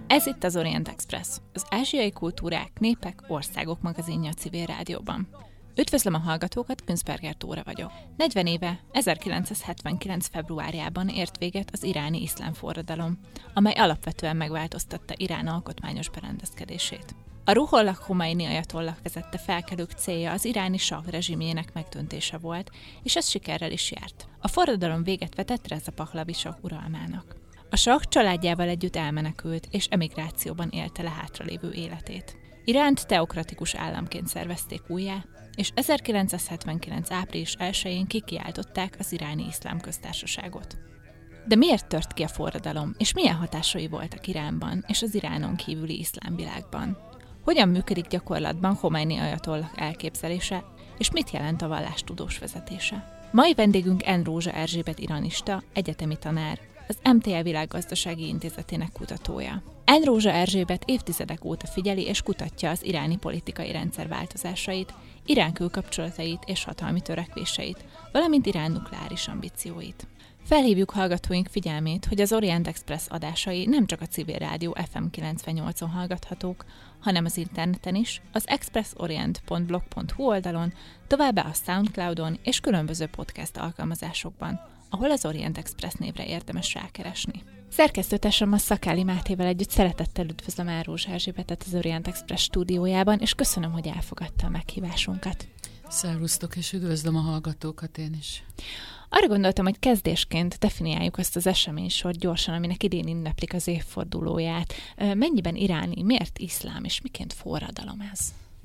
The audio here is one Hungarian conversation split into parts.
Ez itt az Orient Express, az ázsiai kultúrák, népek, országok magazinja a Civil Rádióban. Üdvözlöm a hallgatókat, Günzberger Tóra vagyok. 40 éve, 1979. februárjában ért véget az iráni iszlám forradalom, amely alapvetően megváltoztatta Irán alkotmányos berendezkedését. A Ruhollah Khomeini ajatollah vezette felkelők célja az iráni sah rezsimjének megdöntése volt, és ez sikerrel is járt. A forradalom véget vetett Reza Pahlavi sah uralmának. A sah családjával együtt elmenekült, és emigrációban élte le hátralévő életét. Iránt teokratikus államként szervezték újjá, és 1979. április 1-én kikiáltották az iráni iszlám köztársaságot. De miért tört ki a forradalom, és milyen hatásai voltak Iránban és az Iránon kívüli iszlám világban? Hogyan működik gyakorlatban Khomeini ajatollah elképzelése, és mit jelent a vallástudós vezetése? Mai vendégünk N. Rózsa Erzsébet iranista, egyetemi tanár, az MTL Világgazdasági Intézetének kutatója. N. Rózsa Erzsébet évtizedek óta figyeli és kutatja az iráni politikai rendszer változásait, Irán külkapcsolatait és hatalmi törekvéseit, valamint Irán nukleáris ambícióit. Felhívjuk hallgatóink figyelmét, hogy az Orient Express adásai nem csak a Civil Rádió FM 98-on hallgathatók, hanem az interneten is, az expressorient.blog.hu oldalon, továbbá a SoundCloudon és különböző podcast alkalmazásokban, ahol az Orient Express névre érdemes rákeresni. Szerkesztőtársam a Szakáli Mátéval együtt szeretettel üdvözlöm N. Rózsa Erzsébetet az Orient Express stúdiójában, és köszönöm, hogy elfogadta a meghívásunkat. Szervusztok, és üdvözlöm a hallgatókat én is. Arra gondoltam, hogy kezdésként definiáljuk azt az eseménysort gyorsan, aminek idén ünneplik az évfordulóját. Mennyiben iráni, miért iszlám, és miként forradalom ez?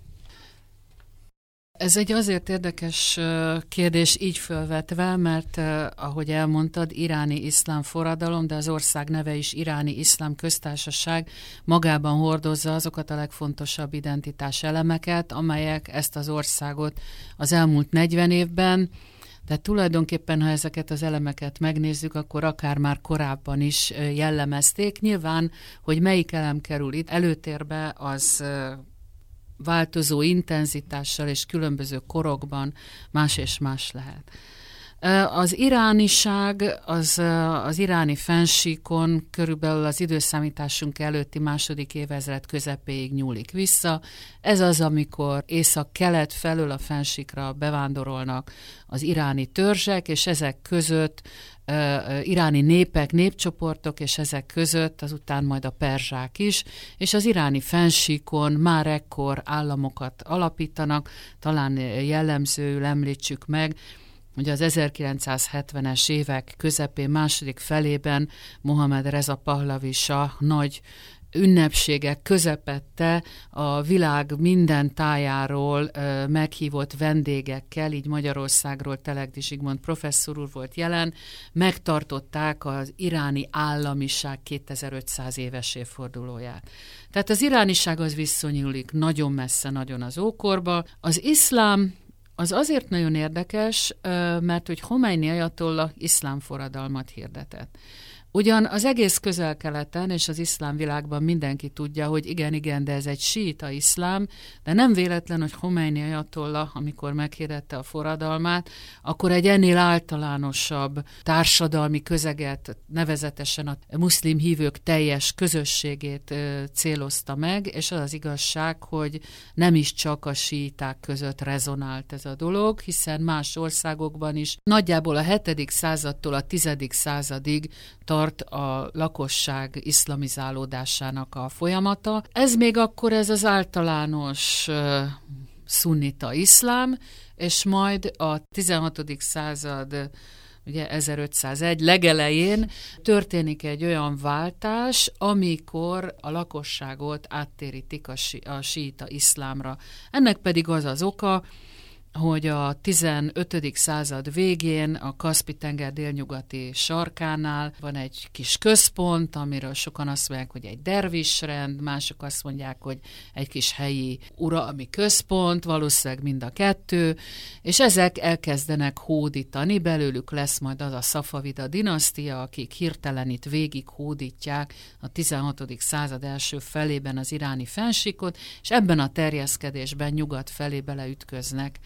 Ez egy azért érdekes kérdés így fölvetve, mert ahogy elmondtad, iráni iszlám forradalom, de az ország neve is Iráni Iszlám Köztársaság magában hordozza azokat a legfontosabb identitás elemeket, amelyek ezt az országot az elmúlt 40 évben, tehát tulajdonképpen, ha ezeket az elemeket megnézzük, akkor akár már korábban is jellemezték. Nyilván, hogy melyik elem kerül itt előtérbe, az változó intenzitással és különböző korokban más és más lehet. Az irániság az iráni fennsíkon körülbelül az időszámításunk előtti második évezred közepéig nyúlik vissza. Ez az, amikor észak-kelet felől a fennsíkra bevándorolnak az iráni törzsek, és ezek között iráni népek, népcsoportok, és ezek között azután majd a perzsák is, és az iráni fennsíkon már ekkor államokat alapítanak, talán jellemzőül említsük meg, hogy az 1970-es évek közepén, második felében Mohammad Reza Pahlavi sah nagy ünnepségek közepette a világ minden tájáról meghívott vendégekkel, így Magyarországról Telegdi Zsigmond professzor úr volt jelen, megtartották az iráni államiság 2500 éves évfordulóját. Tehát az irániság az visszanyúlik nagyon messze, nagyon az ókorba. Az iszlám az azért nagyon érdekes, mert hogy Khomeini ajatollah iszlám forradalmat hirdetett. Ugyan az egész Közel-Keleten és az iszlám világban mindenki tudja, hogy igen, de ez egy síita iszlám, de nem véletlen, hogy Khomeini ajatollah, amikor meghirdette a forradalmát, akkor egy ennél általánosabb társadalmi közeget, nevezetesen a muszlim hívők teljes közösségét célozta meg, és az az igazság, hogy nem is csak a síiták között rezonált ez a dolog, hiszen más országokban is nagyjából a 7. századtól a 10. századig tart a lakosság iszlamizálódásának a folyamata. Ez még akkor ez az általános szunnita iszlám, és majd a 16. század, ugye 1501 legelején történik egy olyan váltás, amikor a lakosságot áttérítik a síita iszlámra. Ennek pedig az az oka, hogy a 15. század végén a Kaszpi-tenger délnyugati sarkánál van egy kis központ, amiről sokan azt mondják, hogy egy dervisrend, mások azt mondják, hogy egy kis helyi uralmi központ, valószínűleg mind a kettő, és ezek elkezdenek hódítani, belőlük lesz majd az a Szafavida dinasztia, akik hirtelen itt végig hódítják a 16. század első felében az iráni fennsíkot, és ebben a terjeszkedésben nyugat felé beleütköznek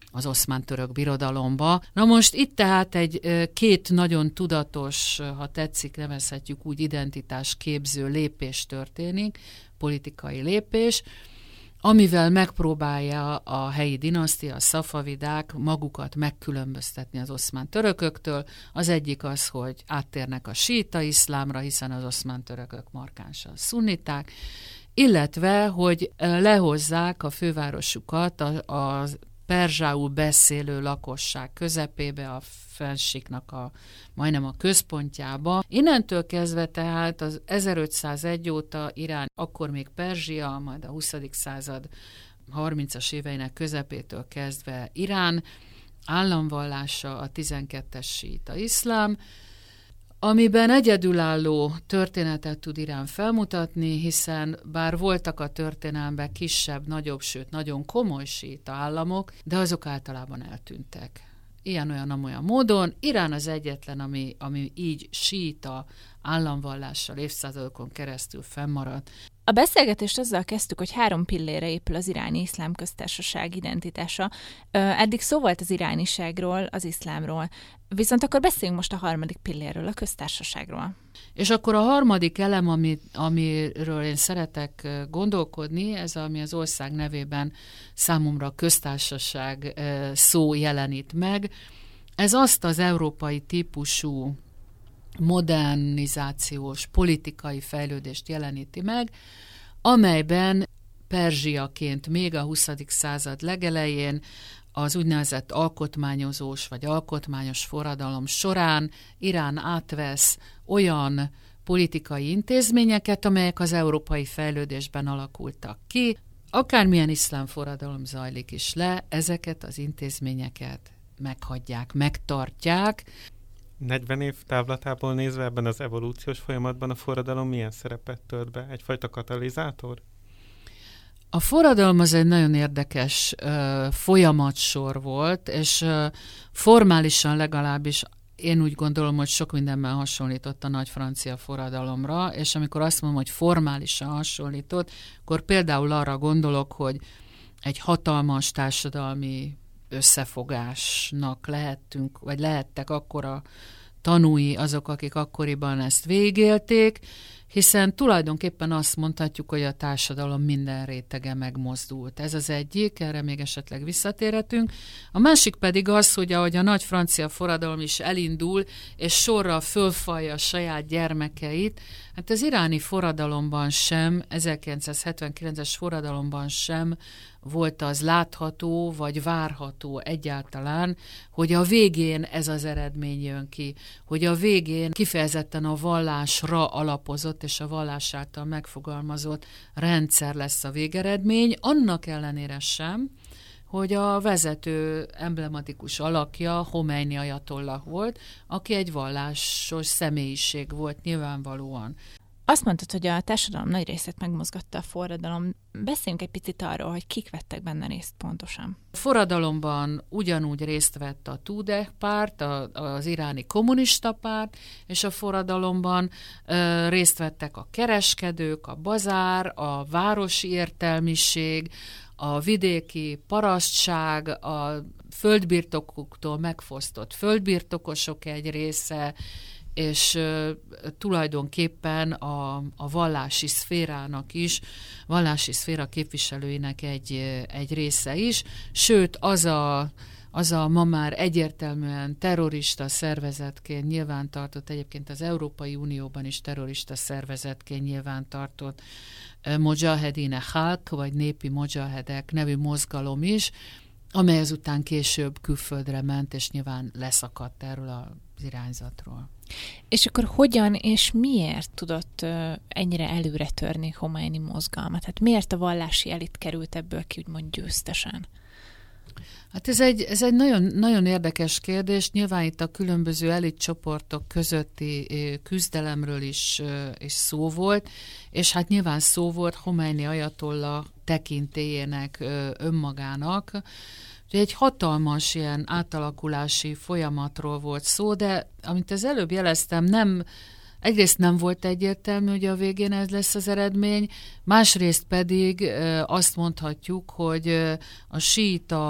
az oszmán-török birodalomba. Na most itt tehát két nagyon tudatos, ha tetszik, nevezhetjük úgy, identitásképző lépés történik, politikai lépés, amivel megpróbálja a helyi dinasztia, a szafavidák magukat megkülönböztetni az oszmán törököktől. Az egyik az, hogy áttérnek a síita iszlámra, hiszen az oszmán törökök markánsan szunniták, illetve, hogy lehozzák a fővárosukat a perzsául beszélő lakosság közepébe, a Fennsíknak majdnem a központjába. Innentől kezdve tehát az 1501 óta Irán, akkor még Perzsia, majd a 20. század 30-as éveinek közepétől kezdve Irán államvallása a 12-es síita iszlám, amiben egyedülálló történetet tud Irán felmutatni, hiszen bár voltak a történelemben kisebb, nagyobb, sőt nagyon komoly síita államok, de azok általában eltűntek. Ilyen-olyan módon Irán az egyetlen, ami így síita államvallással évszázadokon keresztül fennmaradt. A beszélgetést azzal kezdtük, hogy 3 pillére épül az iráni iszlám köztársaság identitása. Eddig szó volt az irániságról, az iszlámról. Viszont akkor beszéljünk most a 3. pillérről, a köztársaságról. És akkor a harmadik elem, amiről én szeretek gondolkodni, ez ami az ország nevében számomra köztársaság szó jelenít meg. Ez azt az európai típusú modernizációs, politikai fejlődést jeleníti meg, amelyben Perzsiaként még a 20. század legelején az úgynevezett alkotmányozós vagy alkotmányos forradalom során Irán átvesz olyan politikai intézményeket, amelyek az európai fejlődésben alakultak ki. Akármilyen iszlám forradalom zajlik is le, ezeket az intézményeket meghagyják, megtartják. 40 év távlatából nézve ebben az evolúciós folyamatban a forradalom milyen szerepet tölt be? Egyfajta katalizátor? A forradalom az egy nagyon érdekes folyamatsor volt, és formálisan legalábbis én úgy gondolom, hogy sok mindenben hasonlított a nagy francia forradalomra, és amikor azt mondom, hogy formálisan hasonlított, akkor például arra gondolok, hogy egy hatalmas társadalmi összefogásnak lehettünk, vagy lehettek akkor a tanúi azok, akik akkoriban ezt végélték, hiszen tulajdonképpen azt mondhatjuk, hogy a társadalom minden rétege megmozdult. Ez az egyik, erre még esetleg visszatérhetünk. A másik pedig az, hogy ahogy a nagy francia forradalom is elindul, és sorra fölfalja a saját gyermekeit, hát az iráni forradalomban sem, 1979-es forradalomban sem volt az látható, vagy várható egyáltalán, hogy a végén ez az eredmény jön ki, hogy a végén kifejezetten a vallásra alapozott és a vallás által megfogalmazott rendszer lesz a végeredmény, annak ellenére sem, hogy a vezető emblematikus alakja Homeini ajatollah volt, aki egy vallásos személyiség volt nyilvánvalóan. Azt mondtad, hogy a társadalom nagy részét megmozgatta a forradalom. Beszéljünk egy picit arról, hogy kik vettek benne részt pontosan. A forradalomban ugyanúgy részt vett a Tudeh párt, az iráni kommunista párt, és a forradalomban részt vettek a kereskedők, a bazár, a városi értelmiség, a vidéki parasztság, a földbirtokoktól megfosztott földbirtokosok egy része, és tulajdonképpen a vallási szférának is, vallási szféra képviselőinek egy része is, sőt az a ma már egyértelműen terrorista szervezetként nyilvántartott, egyébként az Európai Unióban is terrorista szervezetként nyilvántartott Mojahedine Halk, vagy Népi Mojahedek nevű mozgalom is, amely azután később külföldre ment, és nyilván leszakadt erről az irányzatról. És akkor hogyan és miért tudott ennyire előre törni Homeini mozgalmat? Hát miért a vallási elit került ebből ki úgymond győztesen? Hát ez egy nagyon, nagyon érdekes kérdés. Nyilván itt a különböző elitcsoportok közötti küzdelemről is szó volt, és hát nyilván szó volt Homeini ajatollah tekintélyének önmagának. Egy hatalmas ilyen átalakulási folyamatról volt szó, de amit az előbb jeleztem, egyrészt nem volt egyértelmű, hogy a végén ez lesz az eredmény, másrészt pedig azt mondhatjuk, hogy a síita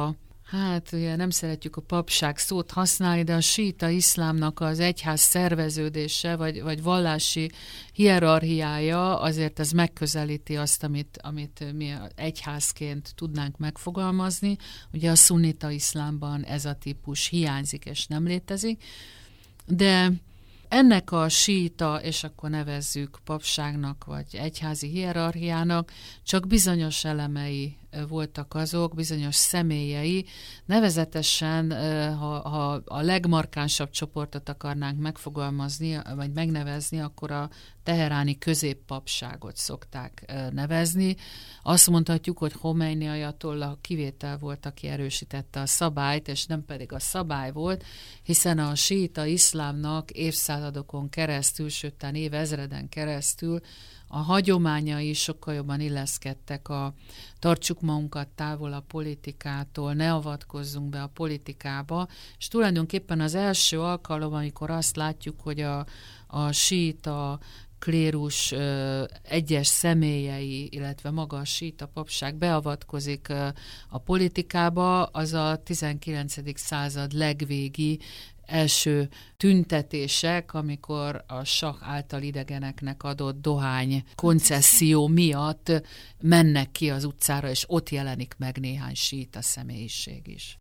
Hát ugye nem szeretjük a papság szót használni, de a síita iszlámnak az egyház szerveződése, vagy vallási hierarchiája azért ez megközelíti azt, amit mi egyházként tudnánk megfogalmazni. Ugye a szunnita iszlámban ez a típus hiányzik és nem létezik, de ennek a síita, és akkor nevezzük papságnak, vagy egyházi hierarchiának, csak bizonyos elemei voltak azok, bizonyos személyei, nevezetesen, ha a legmarkánsabb csoportot akarnánk megfogalmazni, vagy megnevezni, akkor a teheráni középpapságot szokták nevezni. Azt mondhatjuk, hogy Khomeini ajatollah kivétel volt, aki erősítette a szabályt, és nem pedig a szabály volt, hiszen a síita iszlámnak évszázadokon keresztül, sőt, évezreden keresztül a hagyományai sokkal jobban illeszkedtek tartsuk magunkat távol a politikától, ne avatkozzunk be a politikába, és tulajdonképpen az első alkalom, amikor azt látjuk, hogy a síita klérus egyes személyei, illetve maga a síita papság beavatkozik a politikába, az a 19. század legvégi első tüntetések, amikor a sah által idegeneknek adott dohány koncesszió miatt mennek ki az utcára, és ott jelenik meg néhány síita személyiség is.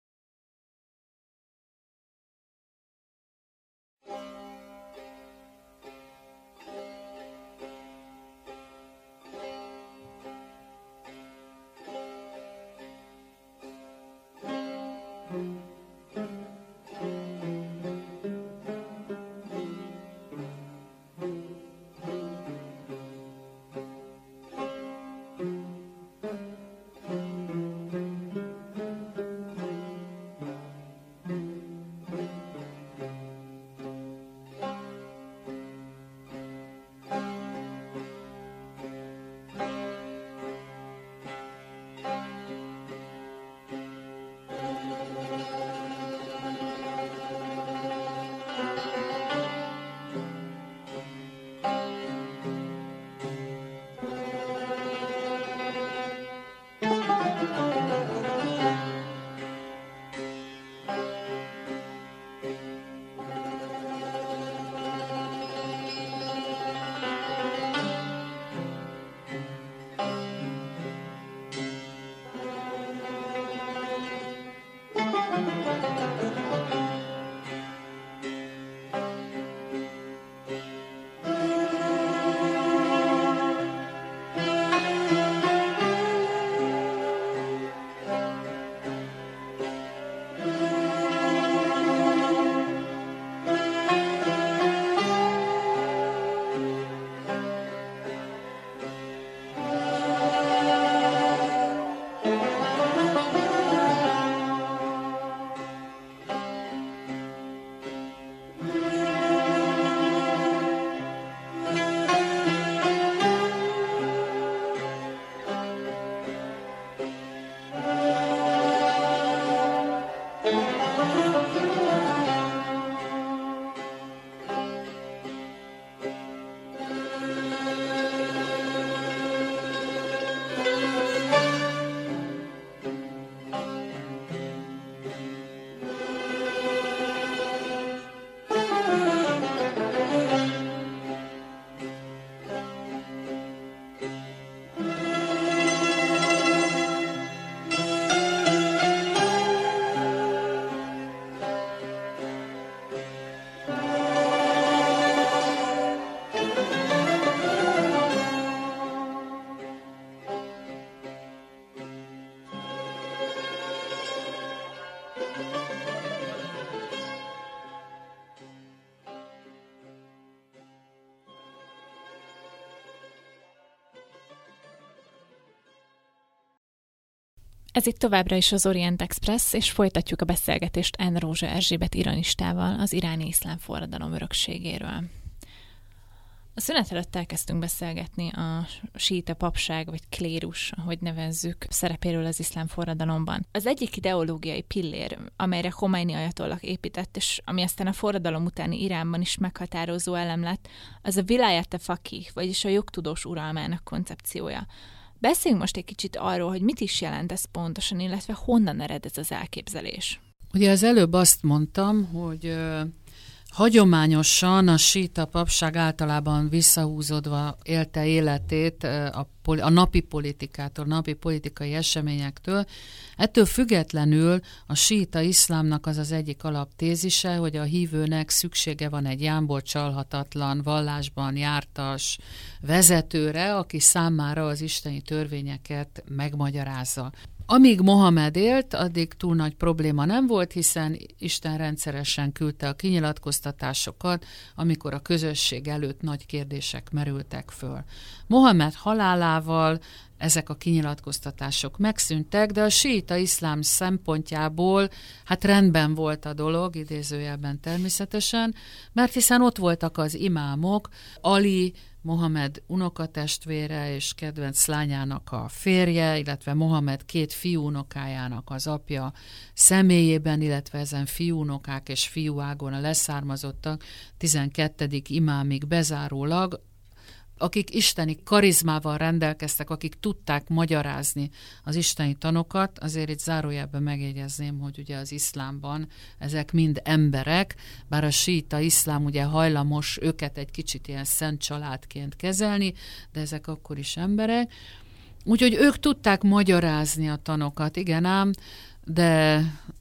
Ez itt továbbra is az Orient Express, és folytatjuk a beszélgetést N. Rózsa Erzsébet iranistával az iráni iszlám forradalom örökségéről. A szünet előtt elkezdtünk beszélgetni a síita papság, vagy klérus, ahogy nevezzük, szerepéről az iszlám forradalomban. Az egyik ideológiai pillér, amelyre Khomeini ajatollah épített, és ami aztán a forradalom utáni Iránban is meghatározó elem lett, az a vilayat-e faqih, vagyis a jogtudós uralmának koncepciója. Beszéljünk most egy kicsit arról, hogy mit is jelent ez pontosan, illetve honnan ered ez az elképzelés. Ugye az előbb azt mondtam, hogy hagyományosan a síita papság általában visszahúzódva élte életét a napi politikától, napi politikai eseményektől. Ettől függetlenül a síita iszlámnak az egyik alaptézise, hogy a hívőnek szüksége van egy jámból csalhatatlan, vallásban jártas vezetőre, aki számára az isteni törvényeket megmagyarázza. Amíg Mohamed élt, addig túl nagy probléma nem volt, hiszen Isten rendszeresen küldte a kinyilatkoztatásokat, amikor a közösség előtt nagy kérdések merültek föl. Mohamed halálával ezek a kinyilatkoztatások megszűntek, de a síita iszlám szempontjából hát rendben volt a dolog, idézőjelben természetesen, mert hiszen ott voltak az imámok, Ali, Mohamed unokatestvére és kedvenc lányának a férje, illetve Mohamed 2 fiúunokájának az apja személyében, illetve ezen fiúunokák és fiúágon a leszármazottak 12. imámig bezárólag, akik isteni karizmával rendelkeztek, akik tudták magyarázni az isteni tanokat. Azért itt zárójelben megjegyezném, hogy ugye az iszlámban ezek mind emberek, bár a síita iszlám ugye hajlamos őket egy kicsit ilyen szent családként kezelni, de ezek akkor is emberek. Úgyhogy ők tudták magyarázni a tanokat, igen ám, de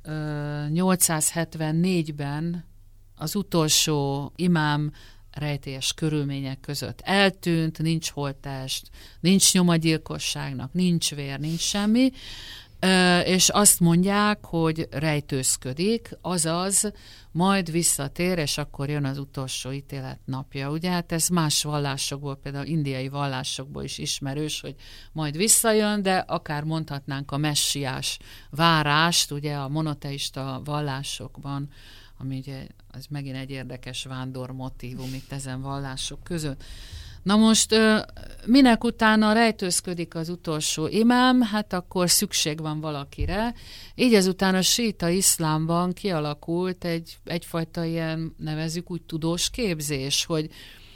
874-ben az utolsó imám rejtélyes körülmények között eltűnt, nincs holttest, nincs nyomagyilkosságnak, nincs vér, nincs semmi, és azt mondják, hogy rejtőzködik, azaz majd visszatér, és akkor jön az utolsó ítélet napja. Ugye hát ez más vallásokból, például indiai vallásokból is ismerős, hogy majd visszajön, de akár mondhatnánk a messiás várást, ugye a monoteista vallásokban, ami ugye az megint egy érdekes vándor motívum itt ezen vallások között. Na most minek utána rejtőzködik az utolsó imám, hát akkor szükség van valakire. Így ezután a síita iszlámban kialakult egyfajta ilyen, nevezzük úgy, tudós képzés, hogy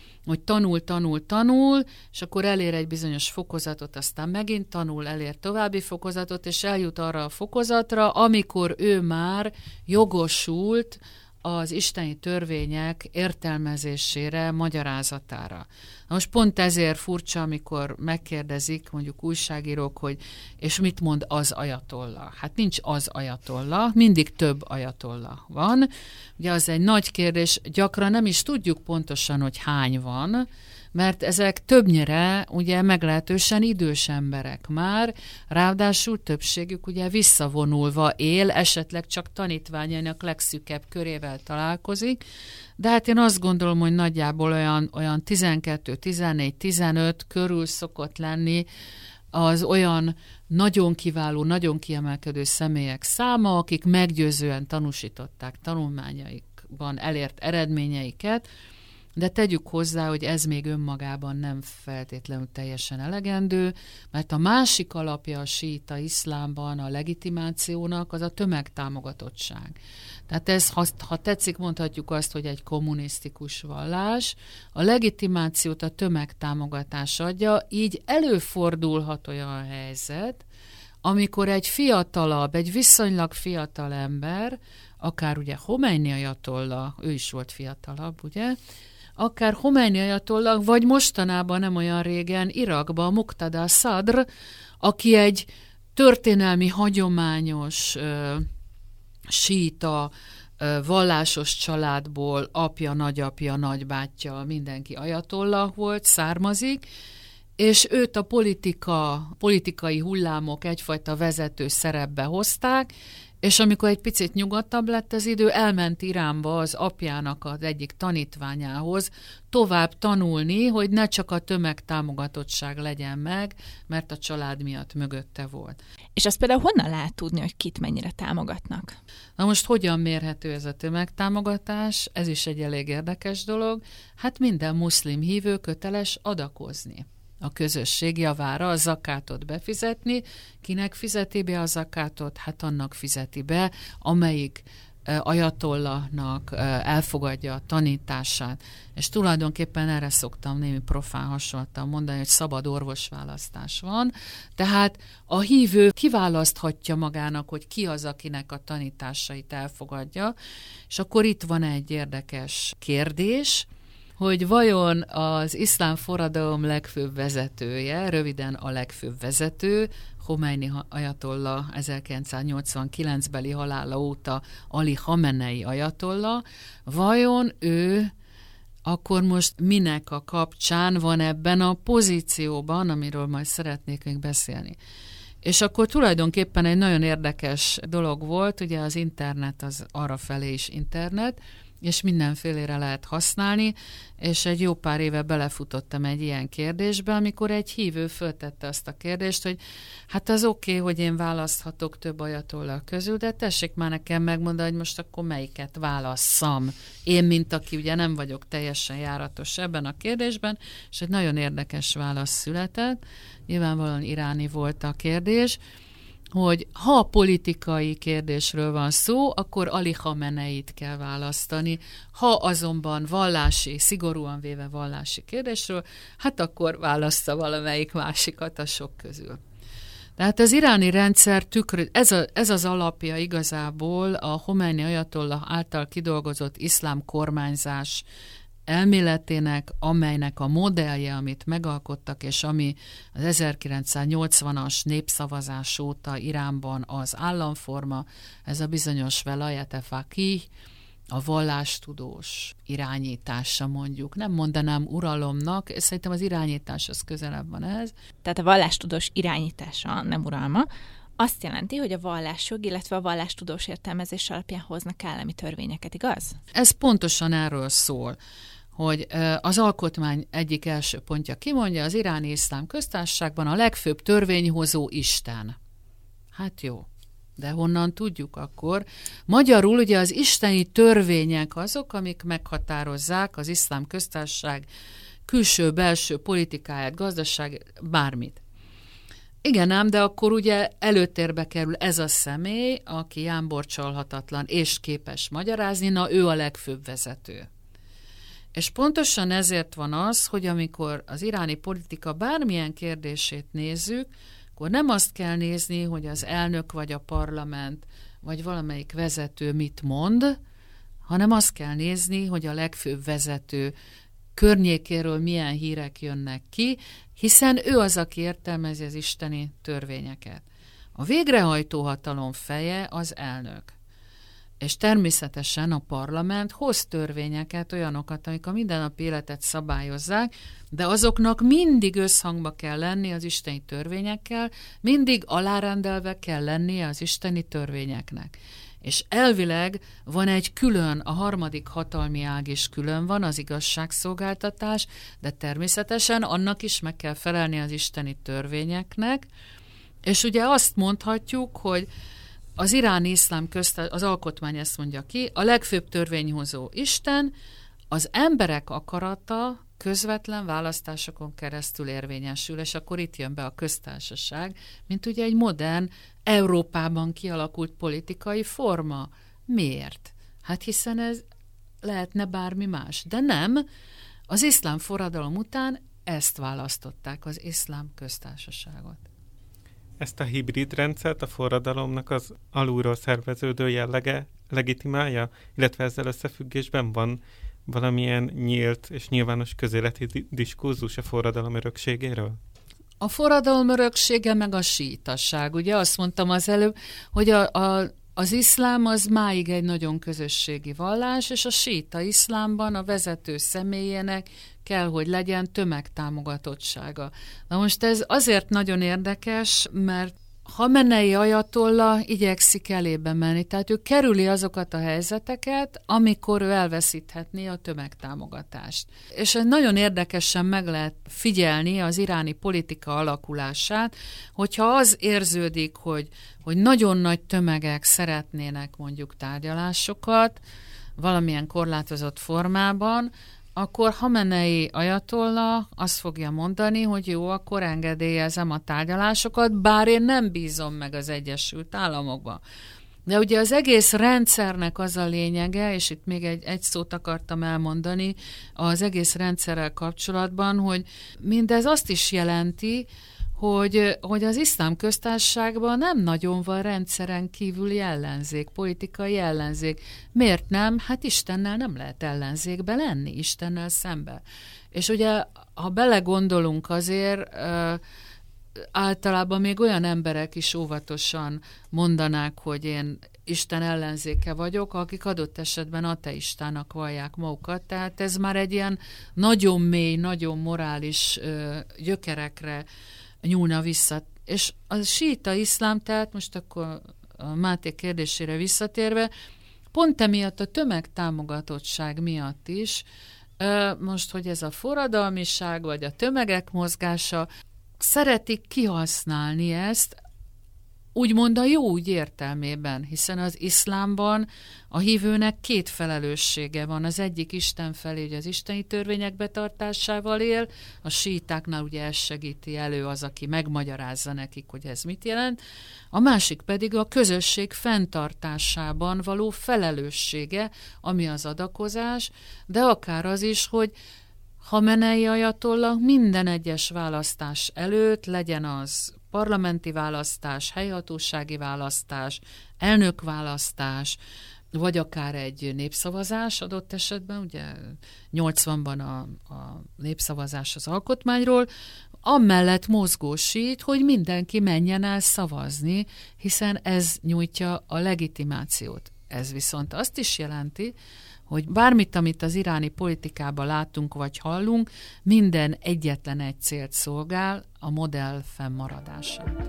tanul, és akkor elér egy bizonyos fokozatot, aztán megint tanul, elér további fokozatot, és eljut arra a fokozatra, amikor ő már jogosult az isteni törvények értelmezésére, magyarázatára. Na most pont ezért furcsa, amikor megkérdezik mondjuk újságírók, hogy és mit mond az ajatolla? Hát nincs az ajatolla, mindig több ajatolla van. Ugye az egy nagy kérdés, gyakran nem is tudjuk pontosan, hogy hány van, mert ezek többnyire ugye meglehetősen idős emberek már, ráadásul többségük ugye visszavonulva él, esetleg csak tanítványainak legszűkebb körével találkozik, de hát én azt gondolom, hogy nagyjából olyan 12, 14, 15 körül szokott lenni az olyan nagyon kiváló, nagyon kiemelkedő személyek száma, akik meggyőzően tanúsították tanulmányaikban elért eredményeiket, de tegyük hozzá, hogy ez még önmagában nem feltétlenül teljesen elegendő, mert a másik alapja a síita iszlámban a legitimációnak az a tömegtámogatottság. Tehát ez, ha tetszik, mondhatjuk azt, hogy egy kommunisztikus vallás. A legitimációt a tömegtámogatás adja, így előfordulhat olyan helyzet, amikor egy fiatalabb, egy viszonylag fiatal ember, akár ugye Homeini ajatolla, ő is volt fiatalabb, ugye, akár Homeini ajatollah, vagy mostanában nem olyan régen Irakban Muqtada Sadr, aki egy történelmi, hagyományos síita vallásos családból apja, nagyapja, nagybátyja, mindenki ajatollah volt, származik, és őt a politikai hullámok egyfajta vezető szerepbe hozták, és amikor egy picit nyugodtabb lett az idő, elment Iránba az apjának az egyik tanítványához tovább tanulni, hogy ne csak a tömegtámogatottság legyen meg, mert a család miatt mögötte volt. És azt például honnan lehet tudni, hogy kit mennyire támogatnak? Na most hogyan mérhető ez a tömegtámogatás? Ez is egy elég érdekes dolog. Hát minden muszlim hívő köteles adakozni a közösség javára, a zakátot befizetni. Kinek fizeti be a zakátot? Hát annak fizeti be, amelyik ajatollahnak elfogadja a tanítását, és tulajdonképpen erre szoktam némi profán hasonlattal mondani, hogy szabad orvosválasztás van, tehát a hívő kiválaszthatja magának, hogy ki az, akinek a tanításait elfogadja, és akkor itt van egy érdekes kérdés, hogy vajon az iszlám forradalom legfőbb vezetője, röviden a legfőbb vezető, Khomeini ajatollah 1989-beli halála óta Ali Khamenei ajatollah, vajon ő akkor most minek a kapcsán van ebben a pozícióban, amiről majd szeretnék még beszélni. És akkor tulajdonképpen egy nagyon érdekes dolog volt, ugye az internet az arrafelé is internet, és mindenfélére lehet használni, és egy jó pár éve belefutottam egy ilyen kérdésbe, amikor egy hívő föltette azt a kérdést, hogy hát az oké, hogy én választhatok több ajatollah közül, de tessék már nekem megmondani, hogy most akkor melyiket válasszam. Én, mint aki ugye nem vagyok teljesen járatos ebben a kérdésben, és egy nagyon érdekes válasz született, nyilvánvalóan iráni volt a kérdés, hogy ha a politikai kérdésről van szó, akkor Ali Khameneit kell választani. Ha azonban szigorúan véve vallási kérdésről, hát akkor válassza valamelyik másikat a sok közül. Tehát az iráni rendszer ez az alapja igazából a Khomeini ajatollah által kidolgozott iszlám kormányzás elméletének, amelynek a modellje, amit megalkottak, és ami az 1980-as népszavazás óta Iránban az államforma, ez a bizonyos velayat-e faqih, a vallástudós irányítása mondjuk. Nem mondanám uralomnak, szerintem az irányítás az közelebb van ehhez. Tehát a vallástudós irányítása, nem uralma, azt jelenti, hogy a vallásjog, illetve a vallástudós értelmezés alapján hoznak állami törvényeket, igaz? Ez pontosan erről szól, hogy az alkotmány egyik első pontja kimondja, az iráni iszlám köztársaságban a legfőbb törvényhozó Isten. Hát jó, de honnan tudjuk akkor? Magyarul ugye az isteni törvények azok, amik meghatározzák az iszlám köztársaság külső-belső politikáját, gazdaság, bármit. Igen ám, de akkor ugye előtérbe kerül ez a személy, aki jámborcsolhatatlan és képes magyarázni, na ő a legfőbb vezető. És pontosan ezért van az, hogy amikor az iráni politika bármilyen kérdését nézzük, akkor nem azt kell nézni, hogy az elnök vagy a parlament, vagy valamelyik vezető mit mond, hanem azt kell nézni, hogy a legfőbb vezető környékéről milyen hírek jönnek ki, hiszen ő az, aki értelmezi az isteni törvényeket. A végrehajtó hatalom feje az elnök. És természetesen a parlament hoz törvényeket, olyanokat, amik a mindennapi életet szabályozzák, de azoknak mindig összhangba kell lenni az isteni törvényekkel, mindig alárendelve kell lennie az isteni törvényeknek. És elvileg van egy külön, a harmadik hatalmi ág is külön van, az igazságszolgáltatás, de természetesen annak is meg kell felelni az isteni törvényeknek, és ugye azt mondhatjuk, hogy az iráni iszlám az alkotmány ezt mondja ki, a legfőbb törvényhozó Isten, az emberek akarata közvetlen választásokon keresztül érvényesül, és akkor itt jön be a köztársaság, mint ugye egy modern, Európában kialakult politikai forma. Miért? Hát hiszen ez lehetne bármi más. De nem, az iszlám forradalom után ezt választották, az iszlám köztársaságot. Ezt a hibrid rendszert a forradalomnak az alulról szerveződő jellege legitimálja, illetve ezzel összefüggésben van valamilyen nyílt és nyilvános közéleti diskurzus a forradalom örökségéről? A forradalom öröksége meg a síitaság. Ugye azt mondtam az előbb, hogy az iszlám az máig egy nagyon közösségi vallás, és a síita iszlámban a vezető személyének kell, hogy legyen tömegtámogatottsága. Na most ez azért nagyon érdekes, mert Khamenei ajatollah igyekszik elébe menni, tehát ő kerüli azokat a helyzeteket, amikor ő elveszíthetné a tömegtámogatást. És nagyon érdekesen meg lehet figyelni az iráni politika alakulását, hogyha az érződik, hogy nagyon nagy tömegek szeretnének mondjuk tárgyalásokat, valamilyen korlátozott formában, akkor Khamenei ajatollah azt fogja mondani, hogy jó, akkor engedélyezem a tárgyalásokat, bár én nem bízom meg az Egyesült Államokba. De ugye az egész rendszernek az a lényege, és itt még egy szót akartam elmondani az egész rendszerrel kapcsolatban, hogy mindez azt is jelenti, hogy az iszlám köztársaságban nem nagyon van rendszeren kívüli ellenzék, politikai ellenzék. Miért nem? Hát Istennel nem lehet ellenzékbe lenni, Istennel szembe. És ugye, ha belegondolunk azért, általában még olyan emberek is óvatosan mondanák, hogy én Isten ellenzéke vagyok, akik adott esetben ateistának vallják magukat. Tehát ez már egy ilyen nagyon mély, nagyon morális gyökerekre nyúlna vissza. És a síita iszlám, tehát most akkor a Máté kérdésére visszatérve, pont emiatt a tömegtámogatottság miatt is, most, hogy ez a forradalmiság, vagy a tömegek mozgása, szeretik kihasználni ezt, úgymond a jó úgy értelmében, hiszen az iszlámban a hívőnek két felelőssége van. Az egyik Isten felé, hogy az isteni törvények betartásával él, a síitáknál ugye ez segíti elő az, aki megmagyarázza nekik, hogy ez mit jelent, a másik pedig a közösség fenntartásában való felelőssége, ami az adakozás, de akár az is, hogy Hamenei ajatollah minden egyes választás előtt, legyen az parlamenti választás, helyhatósági választás, elnökválasztás, vagy akár egy népszavazás adott esetben, ugye 80-ban a népszavazás az alkotmányról, amellett mozgósít, hogy mindenki menjen el szavazni, hiszen ez nyújtja a legitimációt. Ez viszont azt is jelenti, hogy bármit, amit az iráni politikában látunk vagy hallunk, minden egyetlen egy célt szolgál, a modell fennmaradását.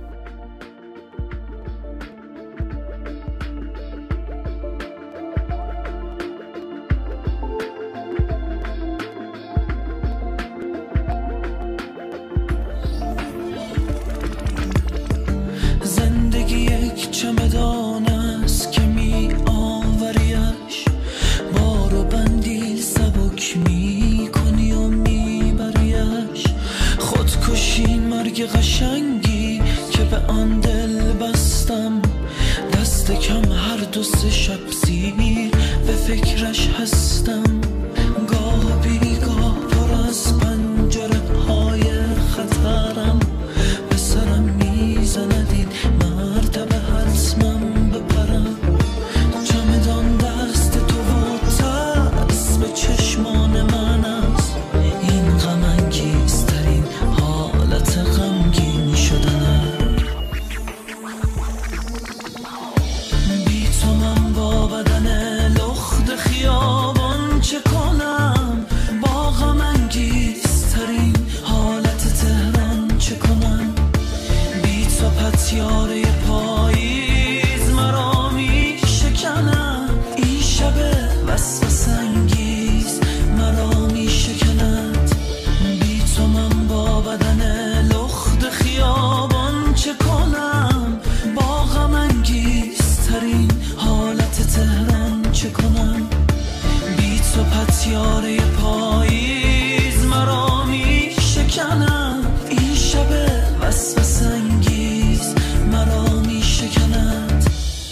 زندگی یک چمدان است که می آوریش بار و بندیل سبک می کنی و می بریش خودکشی مرگ قشنگی که به آن دل بستم دست کم هر دو سه شب زیر به فکرش هستم گاه بیگاه پر از پنجره های خطرم به سرم میزند این مرتبه حتمم بپرم چمدان دست تو و ترس به چشمان من است این غم انگیزترین حالت غمگین شدنم بی تو من با بدن لخت خیابان چه کنم با غم انگیزترین حالت تهران چه کنم بی تو پتیاره پاییز مرا می شکنم این شب وسوسه انگیز مرا می شکند بی تو من با بدن لخت خیابان چه کنم با غم انگیزترین حالت تهران چه کنم بی تو پتیاره پاییز مرا می شکنم این شب وسوسه انگیز مرا می شکند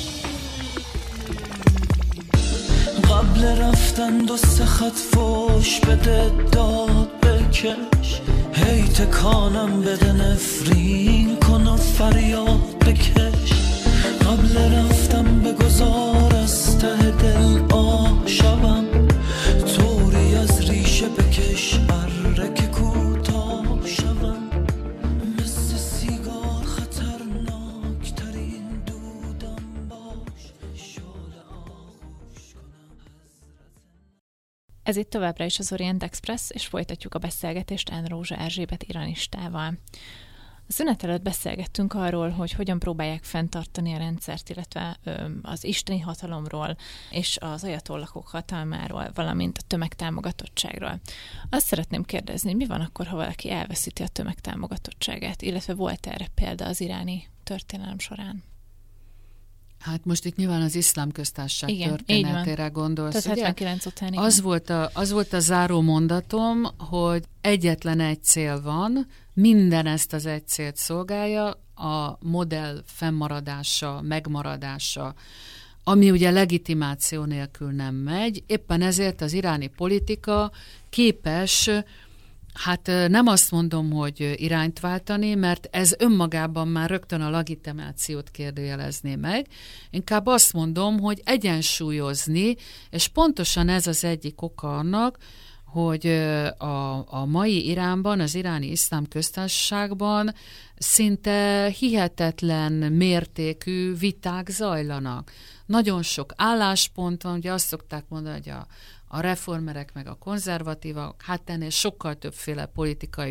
قبل رفتن دو سه خط فوش بده داد بکش هی تکانم بده نفرین کن و فریاد بکش قبل رفتم بگذار از ته دل آشبم طوری از ریشه بکش اره که کوتاه شوم مثل سیگار خطرناکترین دودم باش شعله آغوش کنم Ez itt továbbra is az Orient Express, és folytatjuk a beszélgetést Enrózsa Erzsébet iranistával. A szünet előtt beszélgettünk arról, hogy hogyan próbálják fenntartani a rendszert, illetve az isteni hatalomról és az ajatollahok hatalmáról, valamint a tömegtámogatottságról. Azt szeretném kérdezni, mi van akkor, ha valaki elveszíti a tömegtámogatottságát, illetve volt erre példa az iráni történelem során? Hát most itt nyilván az iszlám köztársaság történetére gondolsz, tehát ugye? 79 után, igen. Az volt a záró mondatom, hogy egyetlen egy cél van, minden ezt az egy célt szolgálja, a modell fennmaradása, megmaradása, ami ugye legitimáció nélkül nem megy. Éppen ezért az iráni politika képes, hát nem azt mondom, hogy irányt váltani, mert ez önmagában már rögtön a legitimációt kérdőjelezné meg. Inkább azt mondom, hogy egyensúlyozni, és pontosan ez az egyik oka annak, hogy a mai Iránban, az iráni iszlám köztársaságban szinte hihetetlen mértékű viták zajlanak. Nagyon sok álláspont van, ugye azt szokták mondani, hogy a reformerek meg a konzervatívak, hát ennél sokkal többféle politikai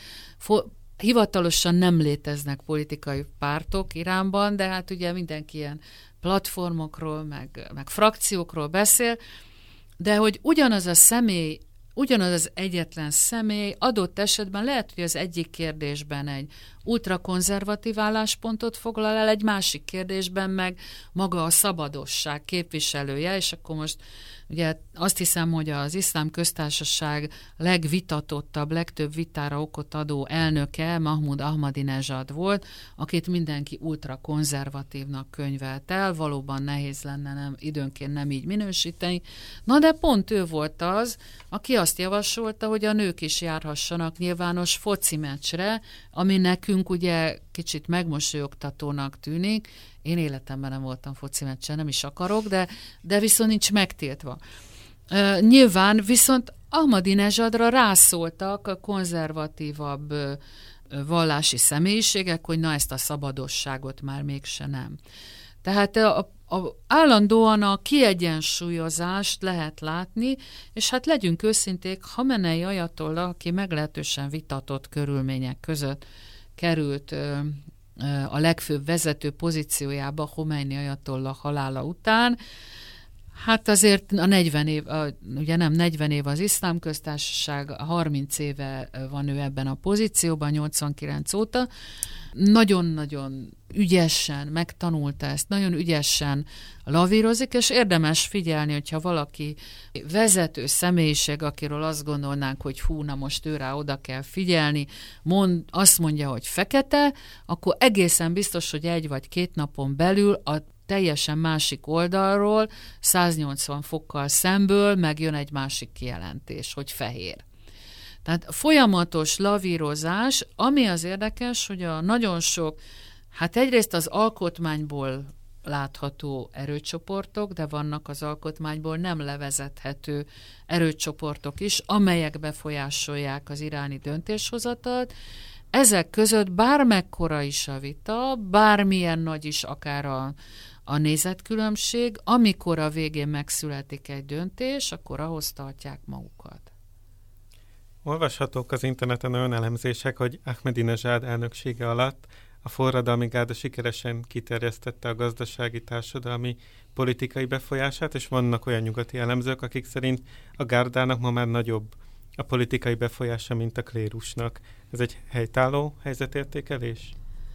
hivatalosan nem léteznek politikai pártok Iránban, de hát ugye mindenki ilyen platformokról, meg frakciókról beszél, de hogy ugyanaz az egyetlen személy adott esetben lehet, hogy az egyik kérdésben egy ultrakonzervatív álláspontot foglal el, egy másik kérdésben meg maga a szabadosság képviselője, és akkor most ugye azt hiszem, hogy az iszlám köztársaság legvitatottabb, legtöbb vitára okot adó elnöke Mahmud Ahmadinejad volt, akit mindenki ultrakonzervatívnak könyvelt el, valóban nehéz lenne időnként nem így minősíteni. Na de pont ő volt az, aki azt javasolta, hogy a nők is járhassanak nyilvános foci meccsre, ami nekünk ugye kicsit megmosolyogtatónak tűnik. Én életemben nem voltam foci meccsen, nem is akarok, de viszont nincs megtiltva. Nyilván viszont Ahmadinejadra rászóltak a konzervatívabb vallási személyiségek, hogy na ezt a szabadosságot már mégse nem. Tehát állandóan a kiegyensúlyozást lehet látni, és hát legyünk őszinték, Khamenei ajatollah, aki meglehetősen vitatott körülmények között került a legfőbb vezető pozíciójába Khomeini ajatollah halála után, hát azért a 40 év, ugye nem 40 év az iszlám köztársaság, 30 éve van ő ebben a pozícióban, 89 óta, nagyon-nagyon ügyesen megtanulta ezt, nagyon ügyesen lavírozik, és érdemes figyelni, hogyha valaki vezető személyiség, akiről azt gondolnánk, hogy hú, na most őrá oda kell figyelni, azt mondja, hogy fekete, akkor egészen biztos, hogy 1 vagy 2 napon belül a teljesen másik oldalról, 180 fokkal szemből megjön egy másik kijelentés, hogy fehér. Tehát folyamatos lavírozás, ami az érdekes, hogy a nagyon sok, hát egyrészt az alkotmányból látható erőcsoportok, de vannak az alkotmányból nem levezethető erőcsoportok is, amelyek befolyásolják az iráni döntéshozatalt. Ezek között bármekkora is a vita, bármilyen nagy is akár a nézetkülönbség, amikor a végén megszületik egy döntés, akkor ahhoz tartják magukat. Olvashatók az interneten olyan elemzések, hogy Ahmadinejad elnöksége alatt a forradalmi gárda sikeresen kiterjesztette a gazdasági, társadalmi, politikai befolyását, és vannak olyan nyugati elemzők, akik szerint a gárdának ma már nagyobb a politikai befolyása, mint a klérusnak. Ez egy helytálló helyzetértékelés?